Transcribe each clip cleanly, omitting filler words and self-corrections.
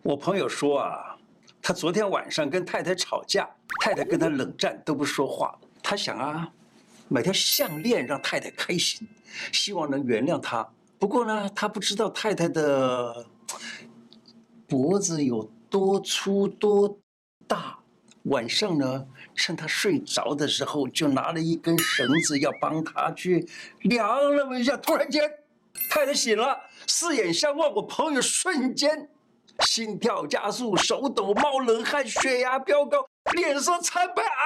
我朋友说啊，他昨天晚上跟太太吵架，太太跟他冷战都不说话。他想啊，买条项链让太太开心，希望能原谅他。不过呢，他不知道太太的脖子有多粗多大。晚上呢，趁他睡着的时候，就拿了一根绳子要帮他去量那么一下。突然间，太太醒了，四眼相望，我朋友瞬间心跳加速，手抖冒冷汗，血压飙高，脸色惨白啊！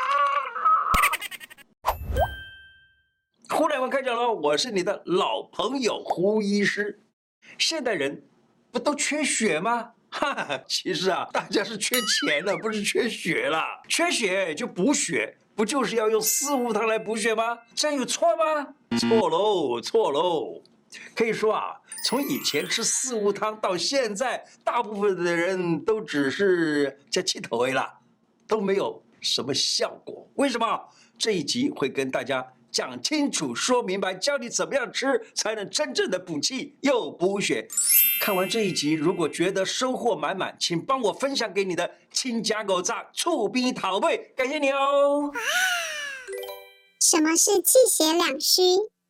互联网开讲了，我是你的老朋友胡医师。现代人不都缺血吗？哈，其实啊，大家是缺钱了，不是缺血了。缺血就补血，不就是要用四物汤来补血吗？这样有错吗？错喽，错喽。可以说啊，从以前吃四物汤到现在，大部分的人都只是加气头了，都没有什么效果。为什么？这一集会跟大家讲清楚、说明白，教你怎么样吃才能真正的补气又补血。看完这一集，如果觉得收获满满，请帮我分享给你的亲家狗杂醋逼桃妹，感谢你哦。 什么是气血两虚？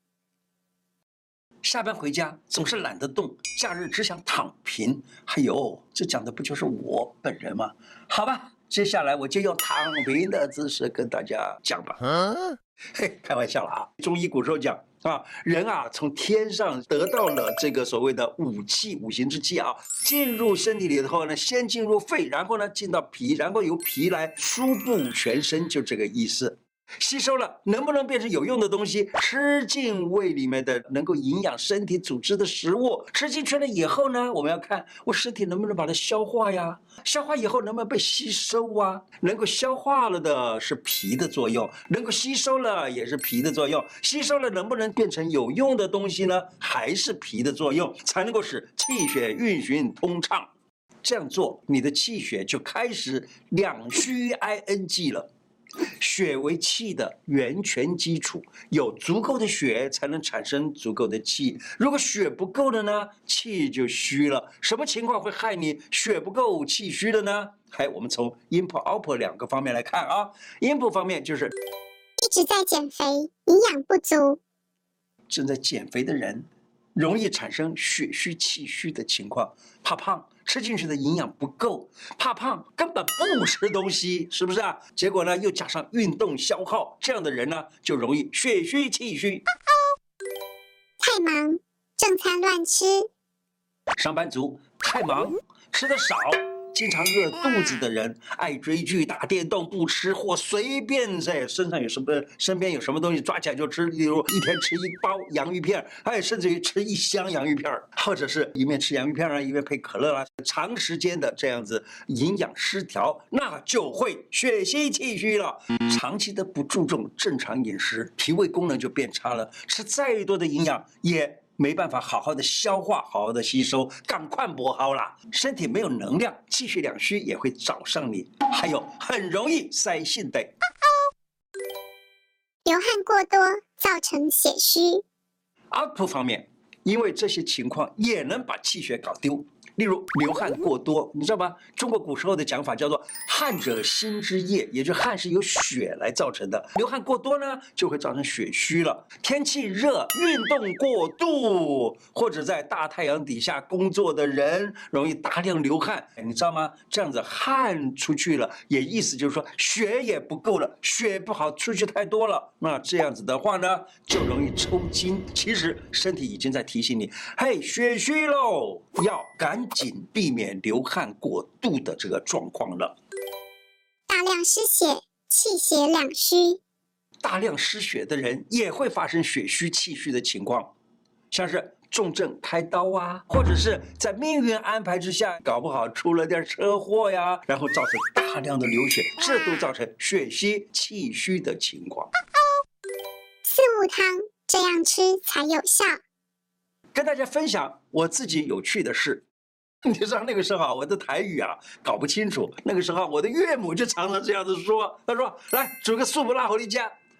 下班回家总是懒得动，假日只想躺平。哎呦，这讲的不就是我本人吗？好吧，接下来我就用躺平的姿势跟大家讲吧。嘿，开玩笑了啊！中医古时候讲啊，人啊从天上得到了这个所谓的五气，五行之气啊，进入身体里头呢，先进入肺，然后呢进到脾，然后由脾来输布全身，就这个意思。吸收了能不能变成有用的东西？吃进胃里面的能够营养身体组织的食物，吃进去了以后呢，我们要看我身体能不能把它消化呀？消化以后能不能被吸收啊？能够消化了的是脾的作用，能够吸收了也是脾的作用。吸收了能不能变成有用的东西呢？还是脾的作用，才能够使气血运行通畅。这样做，你的气血就开始两虚 ing 了。血为气的源泉基础，有足够的血才能产生足够的气。如果血不够了呢，气就虚了。什么情况会害你血不够、气虚的呢？我们从阴部、凹部两个方面来看啊。阴部方面就是一直在减肥，营养不足。 正在减肥的人，容易产生血虚、气虚的情况，怕胖。吃进去的营养不够，怕胖根本不吃东西，是不是啊？结果呢，又加上运动消耗，这样的人呢，就容易血虚气虚。 太忙，正餐乱吃。 上班族太忙，吃得少，经常饿肚子的人，爱追剧、打电动、不吃或随便在身边有什么东西抓起来就吃，例如一天吃一包洋芋片，甚至于吃一箱洋芋片，或者是一面吃洋芋片啊，一面配可乐啊，长时间的这样子营养失调，那就会血虚气虚了。长期的不注重正常饮食，脾胃功能就变差了，吃再多的营养也没办法好好的消化，好好的吸收，赶快不好啦！身体没有能量，气血两虚也会找上你，还有很容易塞性的。 流汗过多造成血虚。 凹部方面，因为这些情况也能把气血搞丢。例如流汗过多，你知道吗？中国古时候的讲法叫做“汗者心之液”，也就是汗是由血来造成的。流汗过多呢，就会造成血虚了。天气热，运动过度，或者在大太阳底下工作的人，容易大量流汗，你知道吗？这样子汗出去了，也意思就是说血也不够了，血不好，出去太多了。那这样子的话呢，就容易抽筋。其实身体已经在提醒你，血虚喽，要赶紧避免流汗过度的这个状况了。 大量失血，气血两虚。 大量失血的人也会发生血虚气虚的情况，像是重症开刀啊，或者是在命运安排之下，搞不好出了点车祸呀，然后造成大量的流血，这都造成血虚气虚的情况。 四物汤这样吃才有效。 跟大家分享我自己有趣的事。你知道那个时候我的台语啊搞不清楚，那个时候我的岳母就常常这样子说，她说来煮个素不辣回家，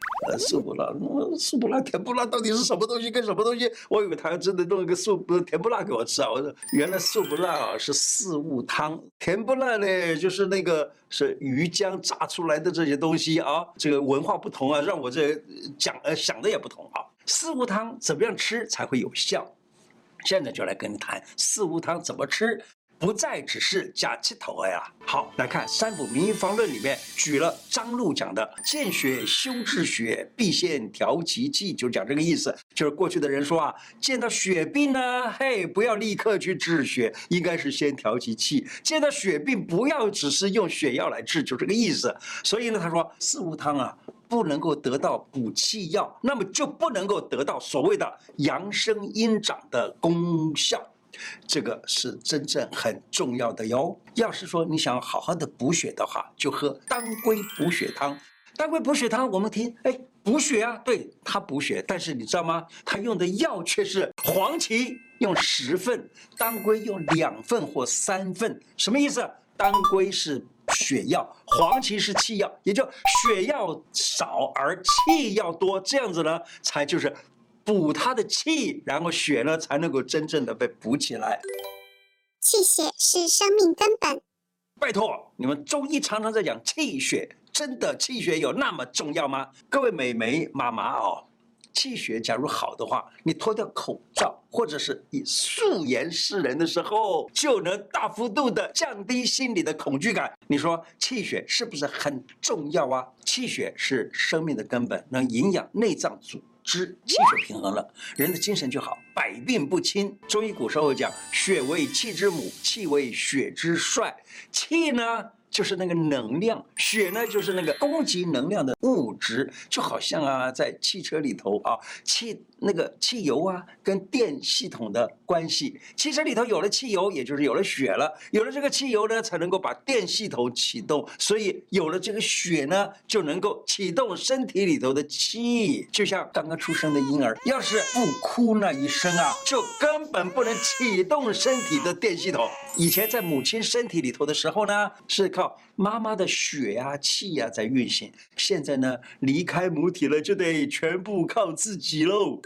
素不辣，素不辣、甜不辣到底是什么东西跟什么东西？我以为他真的弄一个甜不辣给我吃啊！我说原来素不辣啊是四物汤，甜不辣呢就是那个是鱼浆炸出来的这些东西啊。这个文化不同啊，让我这想的也不同啊。四物汤怎么样吃才会有效？现在就来跟你谈四物汤怎么吃。不再只是假气头呀！好，来看《三补名医方论》里面举了张禄讲的“见血修治血，必先调其气”，就讲这个意思。就是过去的人说啊，见到血病呢，嘿，不要立刻去治血，应该是先调其气。见到血病，不要只是用血药来治，就这个意思。所以呢，他说四物汤啊，不能够得到补气药，那么就不能够得到所谓的阳生阴长的功效。这个是真正很重要的哟。要是说你想好好的补血的话，就喝当归补血汤。当归补血汤，我们听，哎，补血啊，对，它补血，但是你知道吗？它用的药却是黄芪用10份，当归用2份或3份，什么意思？当归是血药，黄芪是气药，也就血药少而气药多，这样子呢，才就是补他的气，然后血呢才能够真正的被补起来。 气血是生命根本。 拜托，你们中医常常在讲气血，真的气血有那么重要吗？各位美眉妈妈哦，气血假如好的话，你脱掉口罩，或者是以素颜示人的时候，就能大幅度的降低心理的恐惧感。你说气血是不是很重要啊？气血是生命的根本，能营养内脏组织，气血平衡了，人的精神就好，百病不侵。中医古时候讲，血为气之母，气为血之帅。气呢，就是那个能量，血呢就是那个供给能量的物质，就好像啊，在汽车里头啊，那个汽油啊，跟电系统的关系。汽车里头有了汽油，也就是有了血了，有了这个汽油呢，才能够把电系统启动，所以有了这个血呢，就能够启动身体里头的气。就像刚刚出生的婴儿，要是不哭那一声啊，就根本不能启动身体的电系统。以前在母亲身体里头的时候呢，是靠妈妈的血啊、气啊在运行。现在呢，离开母体了，就得全部靠自己喽。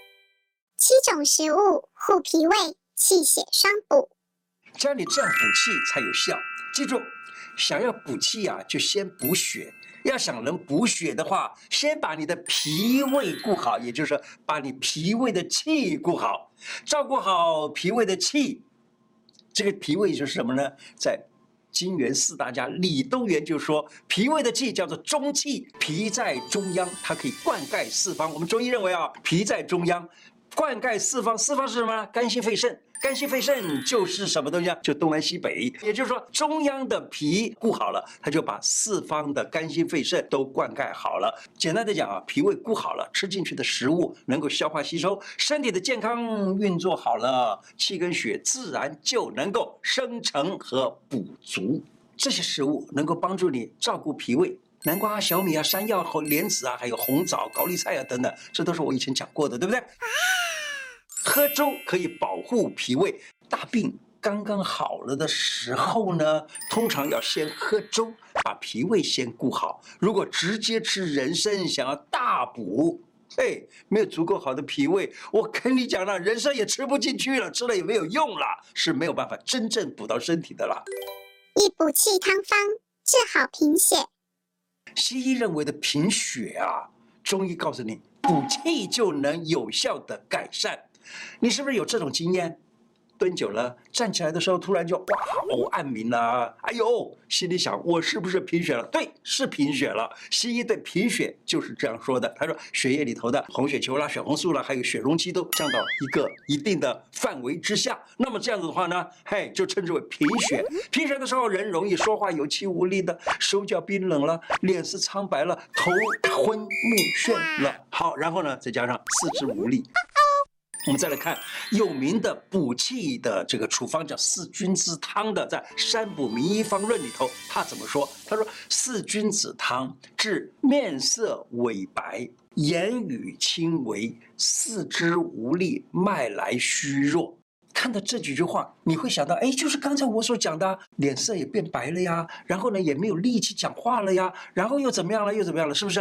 7种食物护脾胃，气血双补。 只要你这样补气才有效。记住，想要补气啊，就先补血。要想能补血的话，先把你的脾胃顾好，也就是把你脾胃的气顾好，照顾好脾胃的气。这个脾胃就是什么呢？在金元4大家李东垣就说，脾胃的气叫做中气，脾在中央，它可以灌溉四方。我们中医认为啊，脾在中央，灌溉四方，四方是什么？肝心肺肾。肝心肺肾就是什么东西啊？就东南西北。也就是说，中央的脾顾好了，它就把四方的肝心肺肾都灌溉好了。简单的讲啊，脾胃顾好了，吃进去的食物能够消化吸收，身体的健康运作好了，气跟血自然就能够生成和补足。这些食物能够帮助你照顾脾胃。南瓜、小米啊、山药和莲子啊，还有红枣、高丽菜啊等等，这都是我以前讲过的，对不对？喝粥可以保护脾胃，大病刚刚好了的时候呢，通常要先喝粥，把脾胃先顾好。如果直接吃人参，想要大补，没有足够好的脾胃，我跟你讲了，人参也吃不进去了，吃了也没有用了，是没有办法真正补到身体的啦。 一补气汤方，治好贫血。 西医认为的贫血啊，中医告诉你，补气就能有效的改善。你是不是有这种经验？蹲久了，站起来的时候突然就哇好暗明了，哎呦，心里想我是不是贫血了？对，是贫血了。西医对贫血就是这样说的，他说血液里头的红血球啦、血红素啦，还有血容积都降到一个一定的范围之下，那么这样子的话呢，就称之为贫血。贫血的时候，人容易说话有气无力的，手脚冰冷了，脸色苍白了，头昏目眩了。好，然后呢，再加上四肢无力。我们再来看有名的补气的这个处方，叫四君子汤的，在《山补名医方论》里头，他怎么说？他说：四君子汤治面色萎白、言语轻微、四肢无力、脉来虚弱。看到这几句话，你会想到，就是刚才我所讲的，脸色也变白了呀，然后呢，也没有力气讲话了呀，然后又怎么样了？又怎么样了？是不是？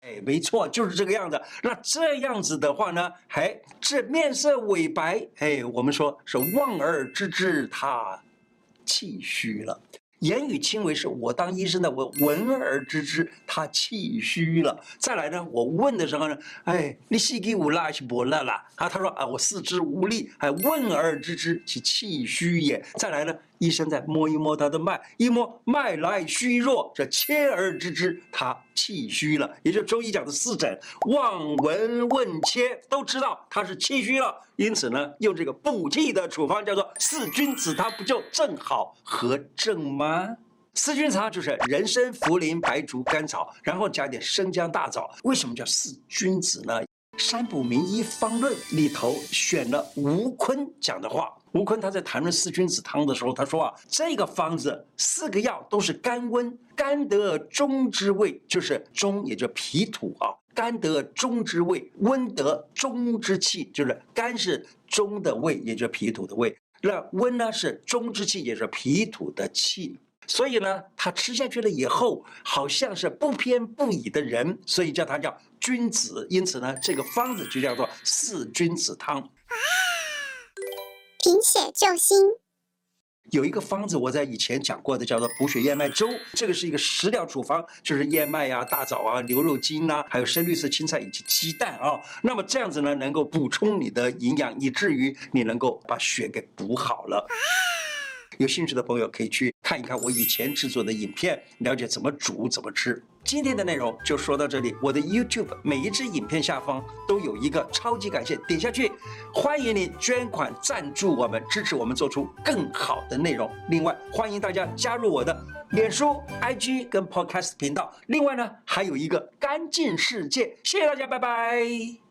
没错，就是这个样子。那这样子的话呢，这面色萎白，我们说是望而知之，他气虚了。言语轻微是我当医生的，我闻而知之，他气虚了。再来呢，我问的时候呢，你膝盖无拉是不拉啦？他说我四肢无力，问而知之，其气虚也。再来呢，医生再摸一摸他的脉，一摸脉来虚弱，这切而知之，他气虚了。也就是中医讲的四诊，望闻问切都知道他是气虚了。因此呢，用这个补气的处方叫做四君子汤，不就正好合正吗？四君子汤就是人参、茯苓、白术、甘草，然后加点生姜、大枣。为什么叫四君子呢？《山补名医方论》里头选了吴坤讲的话。吴坤他在谈论四君子汤的时候，他说这个方子4个药都是甘温，甘得中之味，就是中也就脾土甘得中之味，温得中之气，就是甘是中的味，也就是脾土的味，那温呢是中之气，也就是脾土的气。所以呢，他吃下去了以后，好像是不偏不倚的人，所以叫他叫君子。因此呢，这个方子就叫做四君子汤。 贫血救心。 有一个方子我在以前讲过的，叫做补血燕麦粥。这个是一个食疗处方，就是燕麦大枣牛肉精还有深绿色青菜以及鸡蛋那么这样子呢，能够补充你的营养，以至于你能够把血给补好了。有兴趣的朋友可以去看一看我以前制作的影片，了解怎么煮怎么吃。今天的内容就说到这里，我的 YouTube 每一支影片下方都有一个超级感谢，点下去，欢迎你捐款赞助我们，支持我们做出更好的内容。另外欢迎大家加入我的脸书 IG 跟 Podcast 频道，另外呢还有一个干净世界。谢谢大家，拜拜。